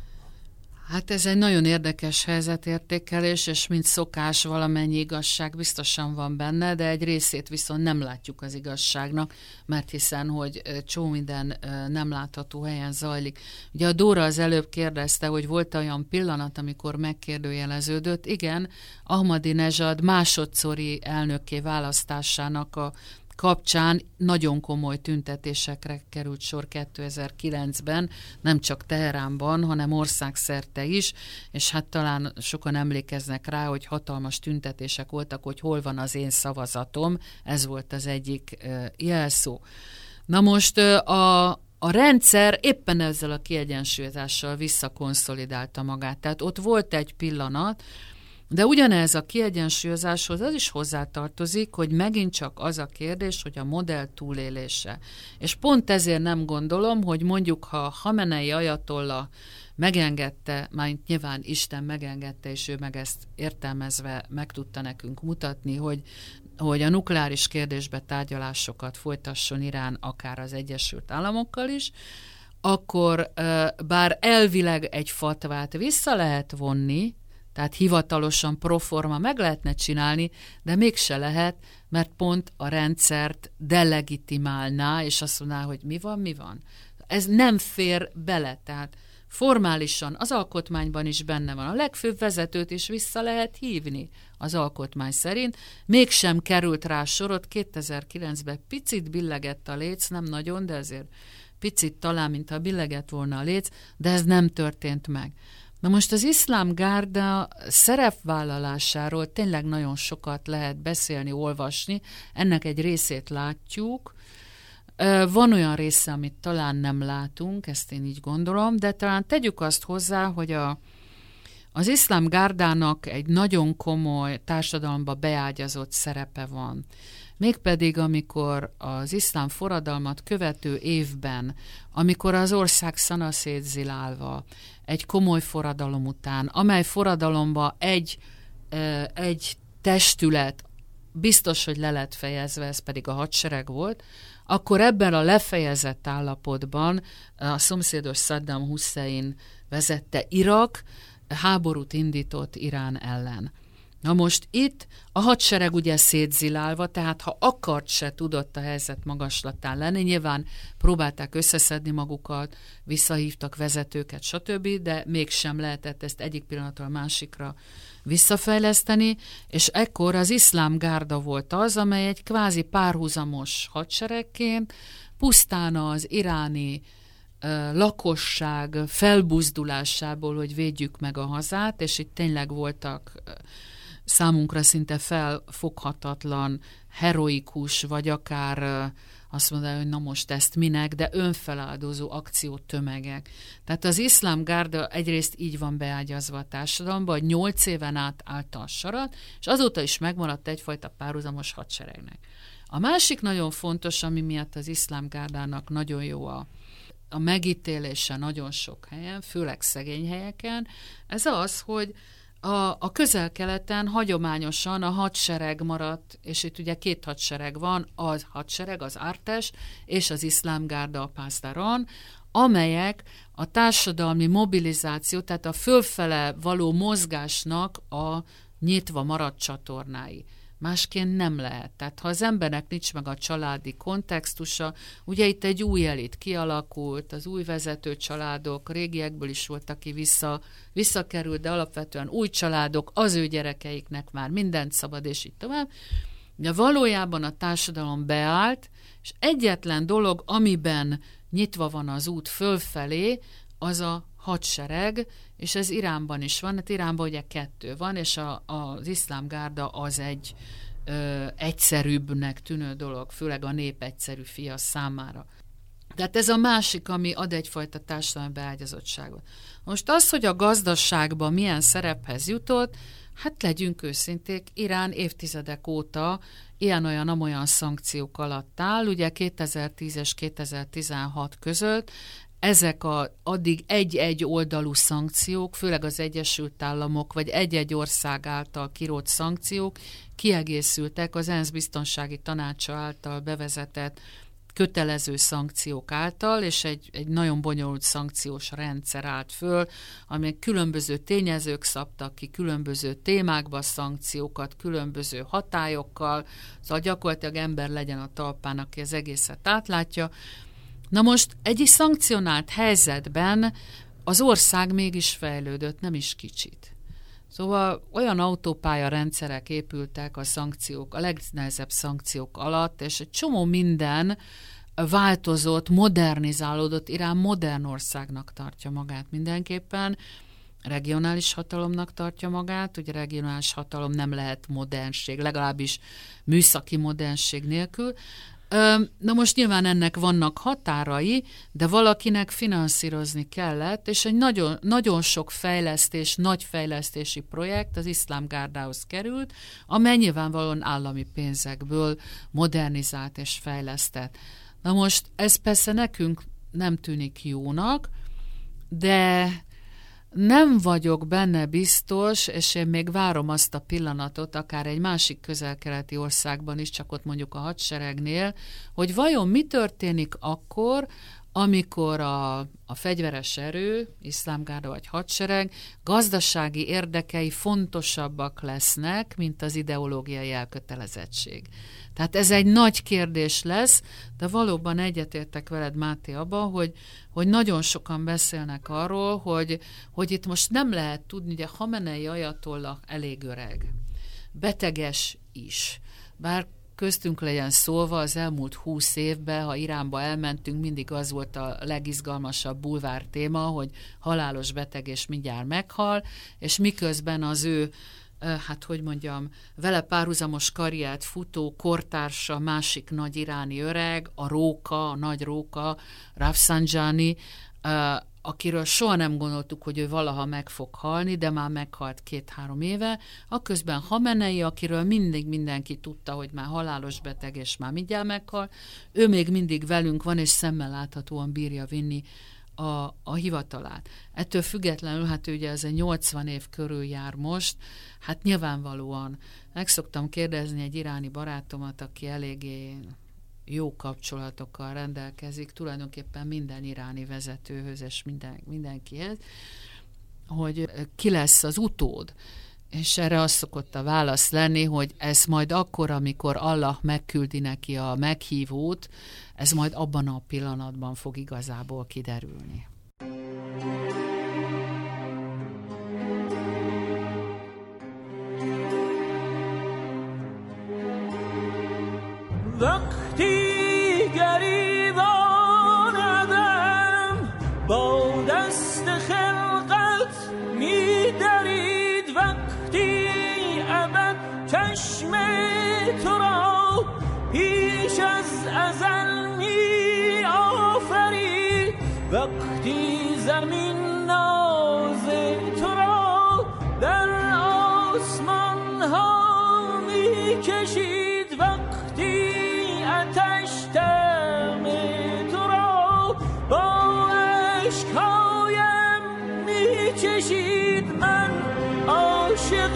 Hát ez egy nagyon érdekes helyzetértékelés, és mint szokás valamennyi igazság biztosan van benne, de egy részét viszont nem látjuk az igazságnak, mert hiszen, hogy csó minden nem látható helyen zajlik. Ugye a Dóra az előbb kérdezte, hogy volt olyan pillanat, amikor megkérdőjeleződött. Igen, Ahmadinejad másodszori elnökké választásának a kapcsán nagyon komoly tüntetésekre került sor 2009-ben, nem csak Teheránban, hanem országszerte is, és hát talán sokan emlékeznek rá, hogy hatalmas tüntetések voltak, hogy hol van az én szavazatom, ez volt az egyik jelszó. Na most a rendszer éppen ezzel a kiegyensúlyozással visszakonszolidálta magát, tehát ott volt egy pillanat, de ugyanez a kiegyensúlyozáshoz az is hozzátartozik, hogy megint csak az a kérdés, hogy a modell túlélése. És pont ezért nem gondolom, hogy mondjuk, ha Khamenei ajatollah megengedte, már nyilván Isten megengedte, és ő meg ezt értelmezve meg tudta nekünk mutatni, hogy a nukleáris kérdésbe tárgyalásokat folytasson Irán, akár az Egyesült Államokkal is, akkor bár elvileg egy fatvát vissza lehet vonni, tehát hivatalosan proforma meg lehetne csinálni, de mégse lehet, mert pont a rendszert delegitimálná, és azt mondaná, hogy mi van. Ez nem fér bele, tehát formálisan az alkotmányban is benne van. A legfőbb vezetőt is vissza lehet hívni az alkotmány szerint. Mégsem került rá sorot, 2009-ben picit billegett a léc, nem nagyon, de azért picit talán, mintha billegett volna a léc, de ez nem történt meg. Na most az iszlám gárda szerepvállalásáról tényleg nagyon sokat lehet beszélni, olvasni, ennek egy részét látjuk. Van olyan része, amit talán nem látunk, ezt én így gondolom, de talán tegyük azt hozzá, hogy az iszlám gárdának egy nagyon komoly társadalomba beágyazott szerepe van. Mégpedig, amikor az iszlám forradalmat követő évben, amikor az ország szanaszétzilálva, egy komoly forradalom után, amely forradalomba egy testület biztos, hogy le lett fejezve, ez pedig a hadsereg volt, akkor ebben a lefejezett állapotban a szomszédos Saddam Hussein vezette Irak háborút indított Irán ellen. Na most itt a hadsereg ugye szétzilálva, tehát ha akart se tudott a helyzet magaslatán lenni, nyilván próbálták összeszedni magukat, visszahívtak vezetőket, stb., de mégsem lehetett ezt egyik pillanatról a másikra visszafejleszteni, és ekkor az iszlám gárda volt az, amely egy kvázi párhuzamos hadseregként pusztán az iráni lakosság felbuzdulásából, hogy védjük meg a hazát, és itt tényleg voltak számunkra szinte felfoghatatlan, heroikus, vagy akár azt mondani, hogy na most ezt minek, de önfeláldozó akciótömegek. Tehát az iszlám gárda egyrészt így van beágyazva a társadalomba, hogy 8 éven át állta a sarat, és azóta is megmaradt egyfajta párhuzamos hadseregnek. A másik nagyon fontos, ami miatt az iszlám gárdának nagyon jó a megítélése nagyon sok helyen, főleg szegény helyeken, ez az, hogy a Közel-Keleten hagyományosan a hadsereg maradt, és itt ugye 2 hadsereg van, az hadsereg, az Ártes, és az iszlám gárda, a Pászdaran, amelyek a társadalmi mobilizáció, tehát a fölfele való mozgásnak a nyitva maradt csatornái. Másként nem lehet. Tehát ha az embernek nincs meg a családi kontextusa, ugye itt egy új elit kialakult, az új vezető családok, régiekből is volt, aki visszakerült, de alapvetően új családok, az ő gyerekeiknek már mindent szabad, és így tovább. De valójában a társadalom beállt, és egyetlen dolog, amiben nyitva van az út fölfelé, az a hadsereg, és ez Iránban is van, hát Iránban ugye 2 van, és az iszlám gárda az egy egyszerűbbnek tűnő dolog, főleg a nép egyszerű fia számára. Tehát ez a másik, ami ad egyfajta társadalmi beágyazottságot. Most az, hogy a gazdaságban milyen szerephez jutott, hát legyünk őszinték, Irán évtizedek óta ilyen-olyan szankciók alatt áll, ugye 2010 és 2016 között ezek addig egy-egy oldalú szankciók, főleg az Egyesült Államok vagy egy-egy ország által kirótt szankciók kiegészültek az ENSZ biztonsági tanácsa által bevezetett kötelező szankciók által, és egy nagyon bonyolult szankciós rendszer állt föl, amely különböző tényezők szabtak ki, különböző témákban szankciókat, különböző hatályokkal, szóval gyakorlatilag ember legyen a talpán, aki az egészet átlátja. Na most egy szankcionált helyzetben az ország mégis fejlődött, nem is kicsit. Szóval olyan autópálya rendszerek épültek a szankciók, a legnehezebb szankciók alatt, és egy csomó minden változott, modernizálódott. Irán modern országnak tartja magát mindenképpen, regionális hatalomnak tartja magát, ugye regionális hatalom nem lehet modernség, legalábbis műszaki modernség nélkül. Na most nyilván ennek vannak határai, de valakinek finanszírozni kellett, és egy nagyon, nagyon sok fejlesztés, nagy fejlesztési projekt az iszlám gárdához került, amely nyilvánvalóan állami pénzekből modernizált és fejlesztett. Na most ez persze nekünk nem tűnik jónak, de nem vagyok benne biztos, és én még várom azt a pillanatot, akár egy másik közel-keleti országban is, csak ott mondjuk a hadseregnél, hogy vajon mi történik akkor, amikor a fegyveres erő, iszlámgárda vagy hadsereg gazdasági érdekei fontosabbak lesznek, mint az ideológiai elkötelezettség. Tehát ez egy nagy kérdés lesz, de valóban egyetértek veled, Máté, abban, hogy nagyon sokan beszélnek arról, hogy itt most nem lehet tudni, hogy a Hamenei ajatollah elég öreg, beteges is, bár köztünk legyen szólva, az elmúlt 20 évben, ha Iránba elmentünk, mindig az volt a legizgalmasabb bulvár téma, hogy halálos beteg és mindjárt meghal, és miközben az ő, vele párhuzamos karriert futó kortársa, másik nagy iráni öreg, a nagy róka, Rafsanjani, akiről soha nem gondoltuk, hogy ő valaha meg fog halni, de már meghalt 2-3 éve, aközben Hamenei, akiről mindig mindenki tudta, hogy már halálos beteg, és már mindjárt meghal, ő még mindig velünk van, és szemmel láthatóan bírja vinni a hivatalát. Ettől függetlenül, hát ugye ez egy 80 év körül jár most, hát nyilvánvalóan meg szoktam kérdezni egy iráni barátomat, aki eléggé jó kapcsolatokkal rendelkezik, tulajdonképpen minden iráni vezetőhöz és mindenkihez, hogy ki lesz az utód. És erre az szokott a válasz lenni, hogy ez majd akkor, amikor Allah megküldi neki a meghívót, ez majd abban a pillanatban fog igazából kiderülni. وقتی گریباندم با دست خلقت می‌درید وقتی ابد چشم تو را پیش از ازل می‌آفرید وقتی زمین ناز تو را در آسمان ها می‌کشید وقتی آتش دم تو را با عشقهایم میچشید من عاشق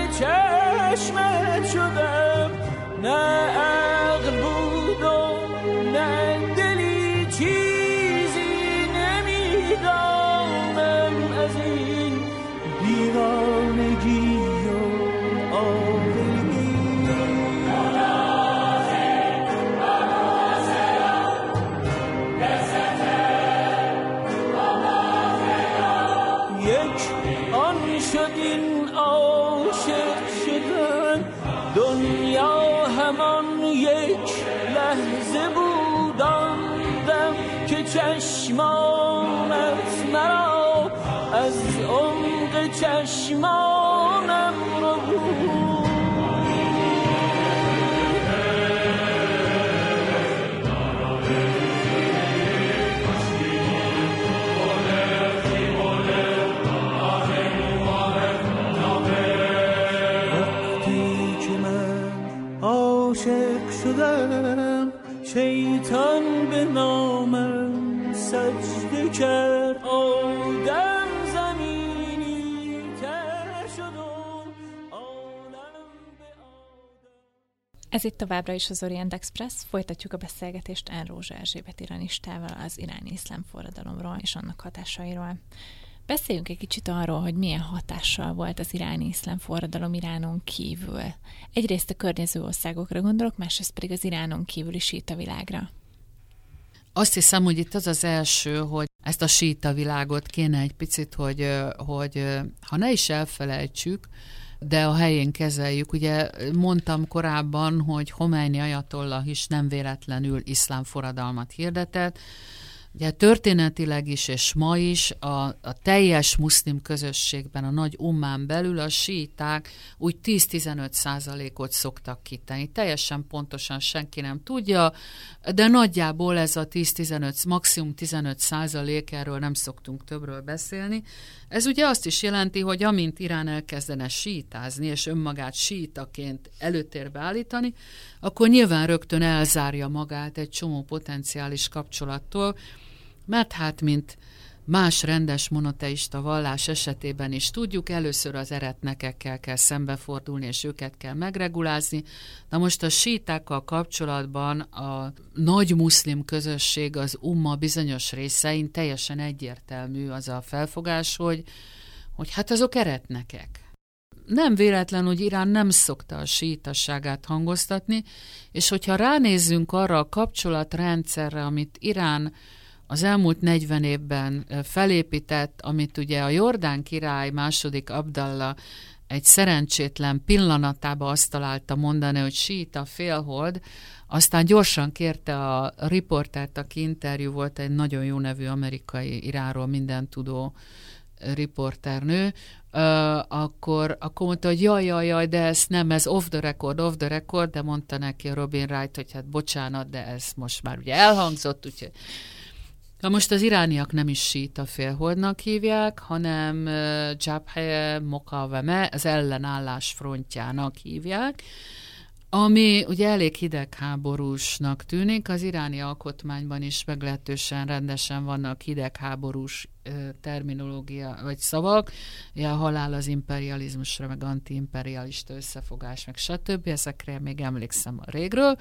چشمت شدم نه عقل بود و نه دلی چیزی نمیدانم از این دیوانگی و عاقلی شد این عاشق شدن دنیا همان یک لحظه بود آن دم که چشمانت مرا از عمق چشمانم رو بود عاشق شدم شیطان به نامم سجده کرد آدم زمینی تر شد عالم به آدم. Ez itt továbbra is az Orient Express, folytatjuk a beszélgetést Enrózsa Erzsébet iranistával az iráni iszlám forradalomról és annak hatásairól. Beszéljünk egy kicsit arról, hogy milyen hatással volt az iráni iszlám forradalom Iránon kívül. Egyrészt a környező országokra gondolok, másrészt pedig az Iránon kívüli síita világra. Azt hiszem, hogy itt az az első, hogy ezt a síita világot kéne egy picit, hogy ha ne is elfelejtsük, de a helyén kezeljük. Ugye mondtam korábban, hogy Khomeini ajatollah is nem véletlenül iszlám forradalmat hirdetett. Ugye történetileg is és ma is a teljes muszlim közösségben, a nagy ummán belül a síiták úgy 10-15%-ot szoktak kitenni. Teljesen pontosan senki nem tudja, de nagyjából ez a 10-15, maximum 15%, erről nem szoktunk többről beszélni. Ez ugye azt is jelenti, hogy amint Irán elkezdene síitázni, és önmagát síitaként előtérbe állítani, akkor nyilván rögtön elzárja magát egy csomó potenciális kapcsolattól, mert hát, mint más rendes monoteista vallás esetében is tudjuk, először az eretnekekkel kell szembefordulni, és őket kell megregulázni. Na most a sítákkal kapcsolatban a nagy muszlim közösség, az umma bizonyos részein teljesen egyértelmű az a felfogás, hogy hát azok eretnekek. Nem véletlen, hogy Irán nem szokta a síitasságát hangoztatni, és hogyha ránézzünk arra a kapcsolatrendszerre, amit Irán az elmúlt 40 évben felépített, amit ugye a Jordán király második Abdallah egy szerencsétlen pillanatában azt találta mondani, hogy síita félhold, aztán gyorsan kérte a riportert, aki interjú volt, egy nagyon jó nevű amerikai Iránról mindent tudó riporternő, akkor mondta, hogy jaj, de ez nem, ez off the record, de mondta neki a Robin Wright, hogy hát bocsánat, de ez most már ugye elhangzott, úgyhogy na most az irániak nem is síita félholdnak hívják, hanem Jabhe Mokaveme, az ellenállás frontjának hívják, ami ugye elég hidegháborúsnak tűnik, az iráni alkotmányban is meglehetősen rendesen vannak hidegháborús terminológia vagy szavak, a halál az imperializmusra, meg antiimperialista összefogás, meg stb. Ezekre még emlékszem a régről.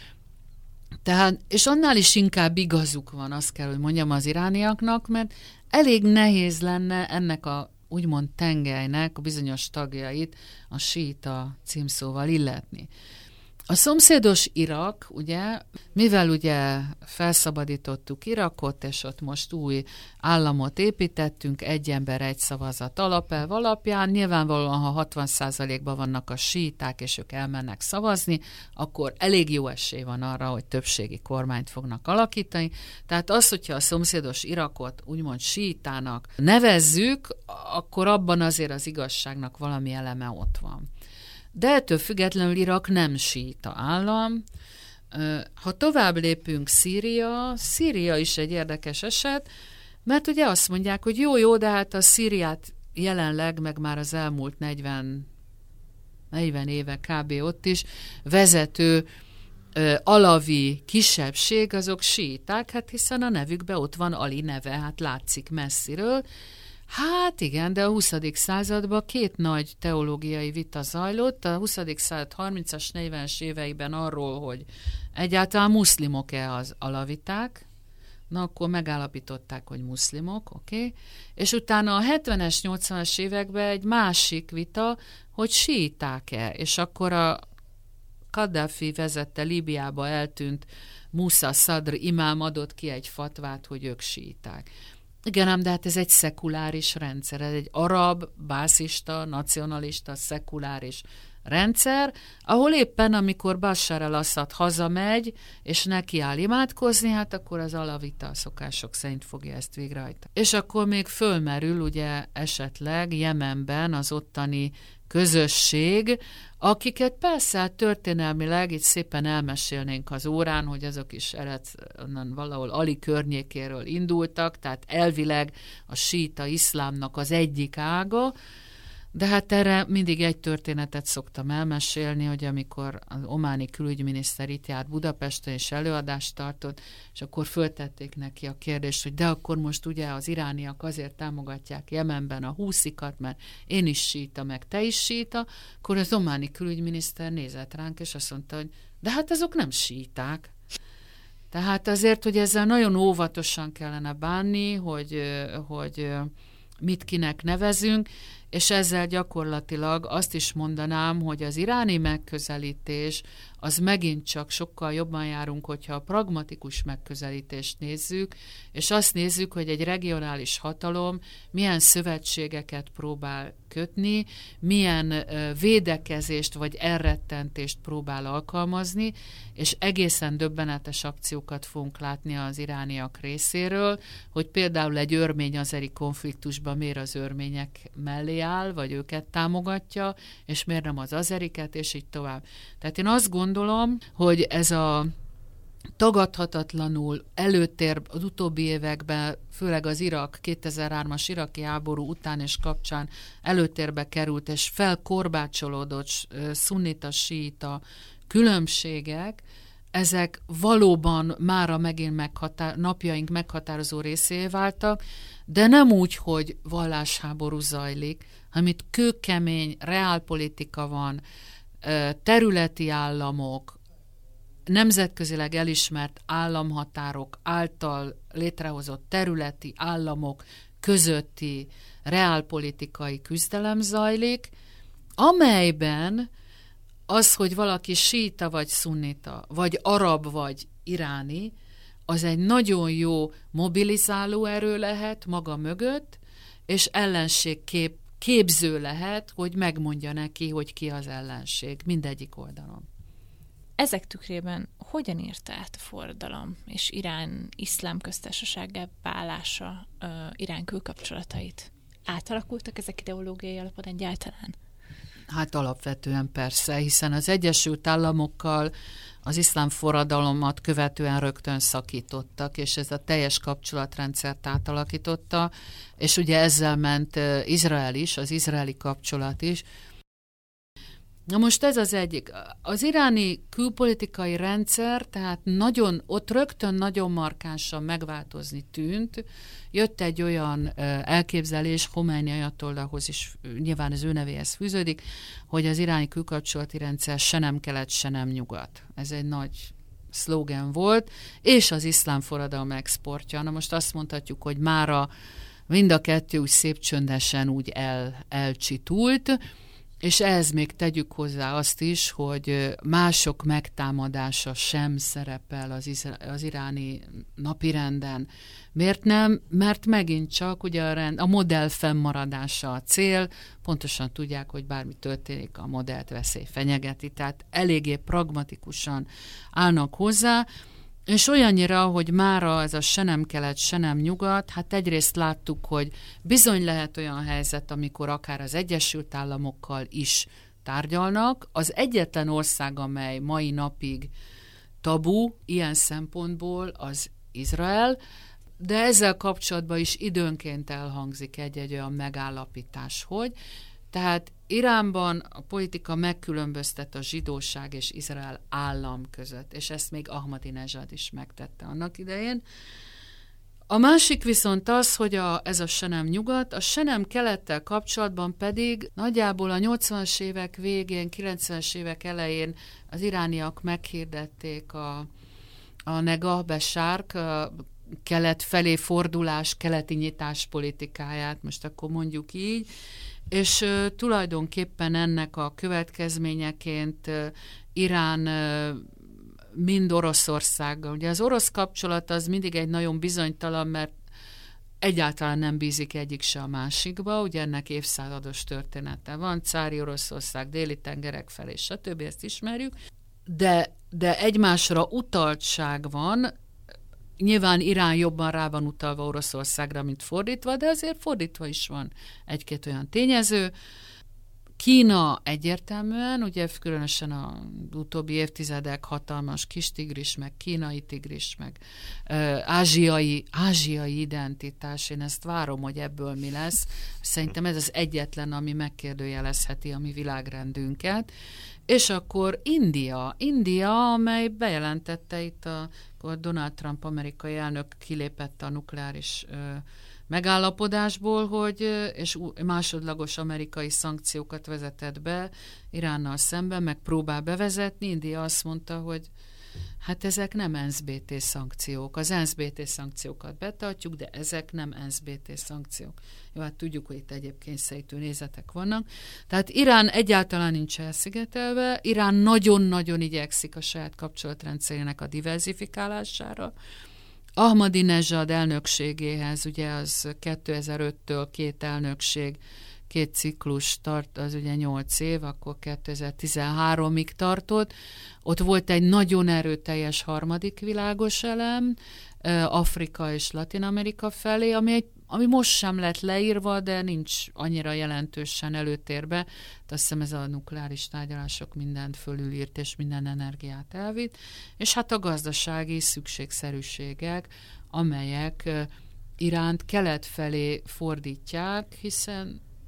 Tehát, és annál is inkább igazuk van, azt kell, hogy mondjam az irániaknak, mert elég nehéz lenne ennek a úgymond tengelynek a bizonyos tagjait a síita címszóval illetni. A szomszédos Irak, ugye, mivel ugye felszabadítottuk Irakot, és ott most új államot építettünk, egy ember, egy szavazat alapelv alapján, nyilvánvalóan, ha 60%-ban vannak a síiták, és ők elmennek szavazni, akkor elég jó esély van arra, hogy többségi kormányt fognak alakítani. Tehát az, hogyha a szomszédos Irakot úgymond síitának nevezzük, akkor abban azért az igazságnak valami eleme ott van. De ettől függetlenül Irak nem síita állam. Ha tovább lépünk, Szíria is egy érdekes eset, mert ugye azt mondják, hogy jó, de hát a Szíriát jelenleg, meg már az elmúlt 40 éve kb. Ott is vezető alavi kisebbség, azok síiták, hát hiszen a nevükben ott van Ali neve, hát látszik messziről. Hát igen, de a 20. században két nagy teológiai vita zajlott, a 20. század 30-as, 40-es éveiben arról, hogy egyáltalán muszlimok-e az alaviták, na akkor megállapították, hogy muszlimok, oké, és utána a 70-es, 80-as években egy másik vita, hogy síiták-e, és akkor a Kaddafi vezette Líbiába eltűnt Musa Sadr imám adott ki egy fatvát, hogy ők síiták. Igen, ám, de hát ez egy szekuláris rendszer, ez egy arab, bászista, nacionalista, szekuláris rendszer, ahol éppen amikor Bashar al-Assad hazamegy, és neki áll imádkozni, hát akkor az alavita szokások szerint fogja ezt végrehajtani. És akkor még fölmerül ugye esetleg Jemenben az ottani közösség, akiket persze történelmileg itt szépen elmesélnénk az órán, hogy azok is onnan valahol Ali környékéről indultak, tehát elvileg a síita iszlámnak az egyik ága, de hát erre mindig egy történetet szoktam elmesélni, hogy amikor az ománi külügyminiszter itt járt Budapesten és előadást tartott, és akkor föltették neki a kérdést, hogy de akkor most ugye az irániak azért támogatják Jemenben a húszikat, mert én is síita, meg te is síita, akkor az ománi külügyminiszter nézett ránk, és azt mondta, hogy de hát azok nem síiták. Tehát azért, hogy ezzel nagyon óvatosan kellene bánni, hogy mit kinek nevezünk, és ezzel gyakorlatilag azt is mondanám, hogy az iráni megközelítés az megint csak sokkal jobban járunk, hogyha a pragmatikus megközelítést nézzük, és azt nézzük, hogy egy regionális hatalom milyen szövetségeket próbál kötni, milyen védekezést vagy elrettentést próbál alkalmazni, és egészen döbbenetes akciókat fogunk látni az irániak részéről, hogy például egy örmény-azeri konfliktusban miért az örmények mellé áll, vagy őket támogatja, és miért nem az azeriket, és így tovább. Tehát én azt gondolom, hogy ez a tagadhatatlanul előtérbe az utóbbi években, főleg az 2003-as iraki háború után és kapcsán előtérbe került, és felkorbácsolódott szunnita, síita különbségek, ezek valóban mára megint napjaink meghatározó részévé váltak, de nem úgy, hogy vallásháború zajlik, hanem itt kőkemény reálpolitika van, területi államok, nemzetközileg elismert államhatárok által létrehozott területi államok közötti reálpolitikai küzdelem zajlik, amelyben az, hogy valaki síita vagy szunnita, vagy arab vagy iráni, az egy nagyon jó mobilizáló erő lehet maga mögött, és ellenségképző lehet, hogy megmondja neki, hogy ki az ellenség mindegyik oldalon. Ezek tükrében hogyan írta át a forradalom és Irán iszlám köztársasággá válása Irán külkapcsolatait? Átalakultak ezek ideológiai alapon egyáltalán? Hát alapvetően persze, hiszen az Egyesült Államokkal az iszlám forradalomat követően rögtön szakítottak, és ez a teljes kapcsolatrendszert átalakította, és ugye ezzel ment Izrael is, az izraeli kapcsolat is. Na most ez az egyik. Az iráni külpolitikai rendszer, tehát ott rögtön nagyon markánsan megváltozni tűnt. Jött egy olyan elképzelés, Khomeini ajatollahhoz is nyilván az ő nevéhez fűződik, hogy az iráni külkapcsolati rendszer se nem kelet, se nem nyugat. Ez egy nagy szlógen volt, és az iszlám forradalom exportja. Na most azt mondhatjuk, hogy mára mind a kettő úgy szép csöndesen úgy elcsitult, és ehhez még tegyük hozzá azt is, hogy mások megtámadása sem szerepel az iráni napirenden. Miért nem? Mert megint csak ugye a modell fennmaradása a cél, pontosan tudják, hogy bármi történik, a modellt veszély fenyegeti, tehát eléggé pragmatikusan állnak hozzá, és olyannyira, hogy mára ez a se nem kelet, se nem nyugat, hát egyrészt láttuk, hogy bizony lehet olyan helyzet, amikor akár az Egyesült Államokkal is tárgyalnak. Az egyetlen ország, amely mai napig tabu ilyen szempontból, az Izrael, de ezzel kapcsolatban is időnként elhangzik egy olyan megállapítás, hogy tehát Iránban a politika megkülönböztet a zsidóság és Izrael állam között, és ezt még Ahmadinejad is megtette annak idején. A másik viszont az, hogy ez a se nem nyugat, a se nem kelettel kapcsolatban pedig nagyjából a 80-as évek végén, 90-es évek elején az irániak meghirdették a Negah be-Sharq, kelet felé fordulás, keleti nyitás politikáját, most akkor mondjuk így, és tulajdonképpen ennek a következményeként Irán mind Oroszországgal. Ugye az orosz kapcsolat az mindig egy nagyon bizonytalan, mert egyáltalán nem bízik egyik se a másikba, ugye ennek évszázados története van, cári Oroszország, déli tengerek felé, stb. Ezt ismerjük, de egymásra utaltság van. Nyilván Irán jobban rá van utalva Oroszországra, mint fordítva, de azért fordítva is van egy-két olyan tényező. Kína egyértelműen, ugye különösen az utóbbi évtizedek hatalmas kis tigris, meg kínai tigris, meg ázsiai identitás. Én ezt várom, hogy ebből mi lesz. Szerintem ez az egyetlen, ami megkérdőjelezheti a mi világrendünket. És akkor India, amely bejelentette itt akkor Donald Trump amerikai elnök kilépett a nukleáris megállapodásból, és másodlagos amerikai szankciókat vezetett be Iránnal szemben, meg próbál bevezetni. India azt mondta, hogy hát ezek nem NSBT szankciók. Az NSBT szankciókat betartjuk, de ezek nem NSBT szankciók. Jó, hát tudjuk, hogy itt egyéb kényszerítő nézetek vannak. Tehát Irán egyáltalán nincs elszigetelve. Irán nagyon-nagyon igyekszik a saját kapcsolatrendszerének a diverzifikálására. Ahmadinejad elnökségéhez, ugye az 2005-től 2 elnökség, 2 ciklus tart, az ugye 8 év, akkor 2013-ig tartott. Ott volt egy nagyon erőteljes harmadik világos elem, Afrika és Latin Amerika felé, ami most sem lett leírva, de nincs annyira jelentősen előtérbe. De azt hiszem ez a nukleáris tárgyalások mindent fölülírt, és minden energiát elvitt. És hát a gazdasági szükségszerűségek, amelyek Iránt kelet felé fordítják, hiszen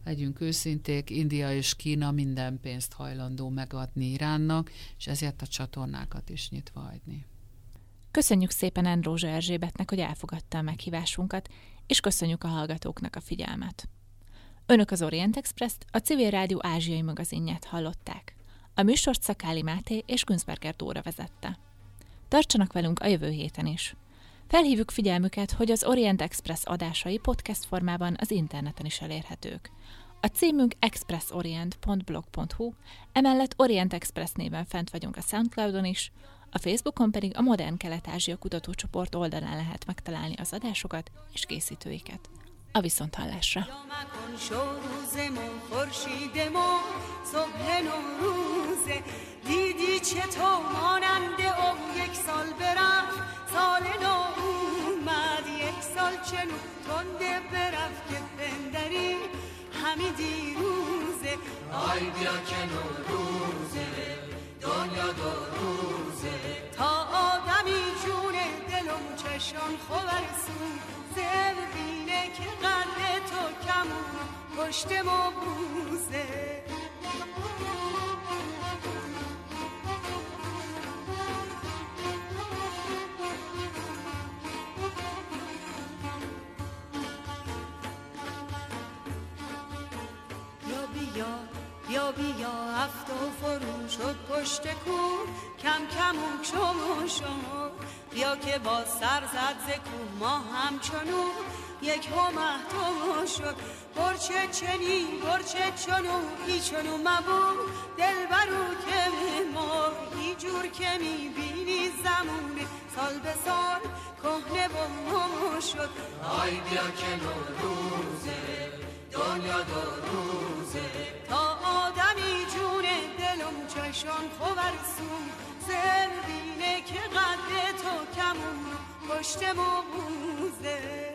legyünk őszinték, India és Kína minden pénzt hajlandó megadni Iránnak, és ezért a csatornákat is nyitva hagyni. Köszönjük szépen Endrózsa Erzsébetnek, hogy elfogadta a meghívásunkat, és köszönjük a hallgatóknak a figyelmet. Önök az Orient Express-t, a Civil Rádió ázsiai magazinját hallották. A műsort Szakáli Máté és Günzberger Dóra vezette. Tartsanak velünk a jövő héten is. Felhívjuk figyelmüket, hogy az Orient Express adásai podcast formában az interneten is elérhetők. A címünk expressorient.blog.hu, emellett Orient Express néven fent vagyunk a SoundCloudon is, a Facebookon pedig a Modern Kelet-Ázsia kutatócsoport oldalán lehet megtalálni az adásokat és készítőiket. A viszonthallásra! دیدی چطور ماننده او یک سال برفت سال نو اومد یک سال چنو تنده برفت که بندری همی دیروزه آی بیا که نوروزه دنیا دو روزه تا آدمی جون دلم چشان خورسون زر بینه که قند تو کمون پشت ما بوزه بیا بیا افت و فرو شد پشت کو کم کم و شما بیا که با سر زد ز کو ما همچنو یک همه شد برچه چنی برچه چنو ای چنو مبو دل برو که ما ای جور که میبینی زمونه سال به سال کهنه و مو شد آی بیا که نوروزه دنیا دو روزه تا آدمی جون دلم چشان خورسون زر بینه که قد تو کمون پشت ما بوزه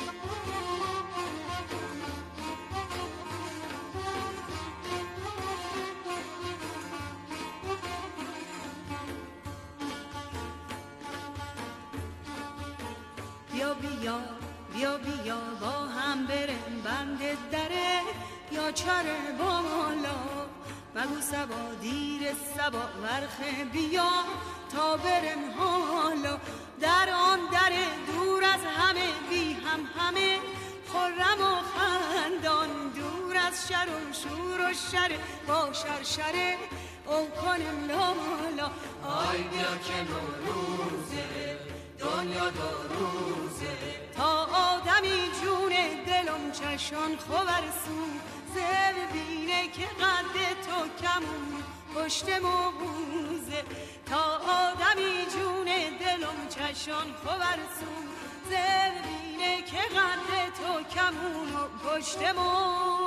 بیا بیا با هم برم بند دره یا چره بالا مگو سبا دیر سبا ورخه بیا تا برم حالا در آن در دور از همه بی همه خرم و خندان دور از شر و شور و شر با شرشره او کنم لالا آی بیا که نوروزه دنیا دو روزه تا آدمی جون دلم چشان خورسون زر بینه که قد تو کمون پشت ما بوزه تا آدمی جون دلم چشان خورسون زر بینه که قد تو کمون پشت ما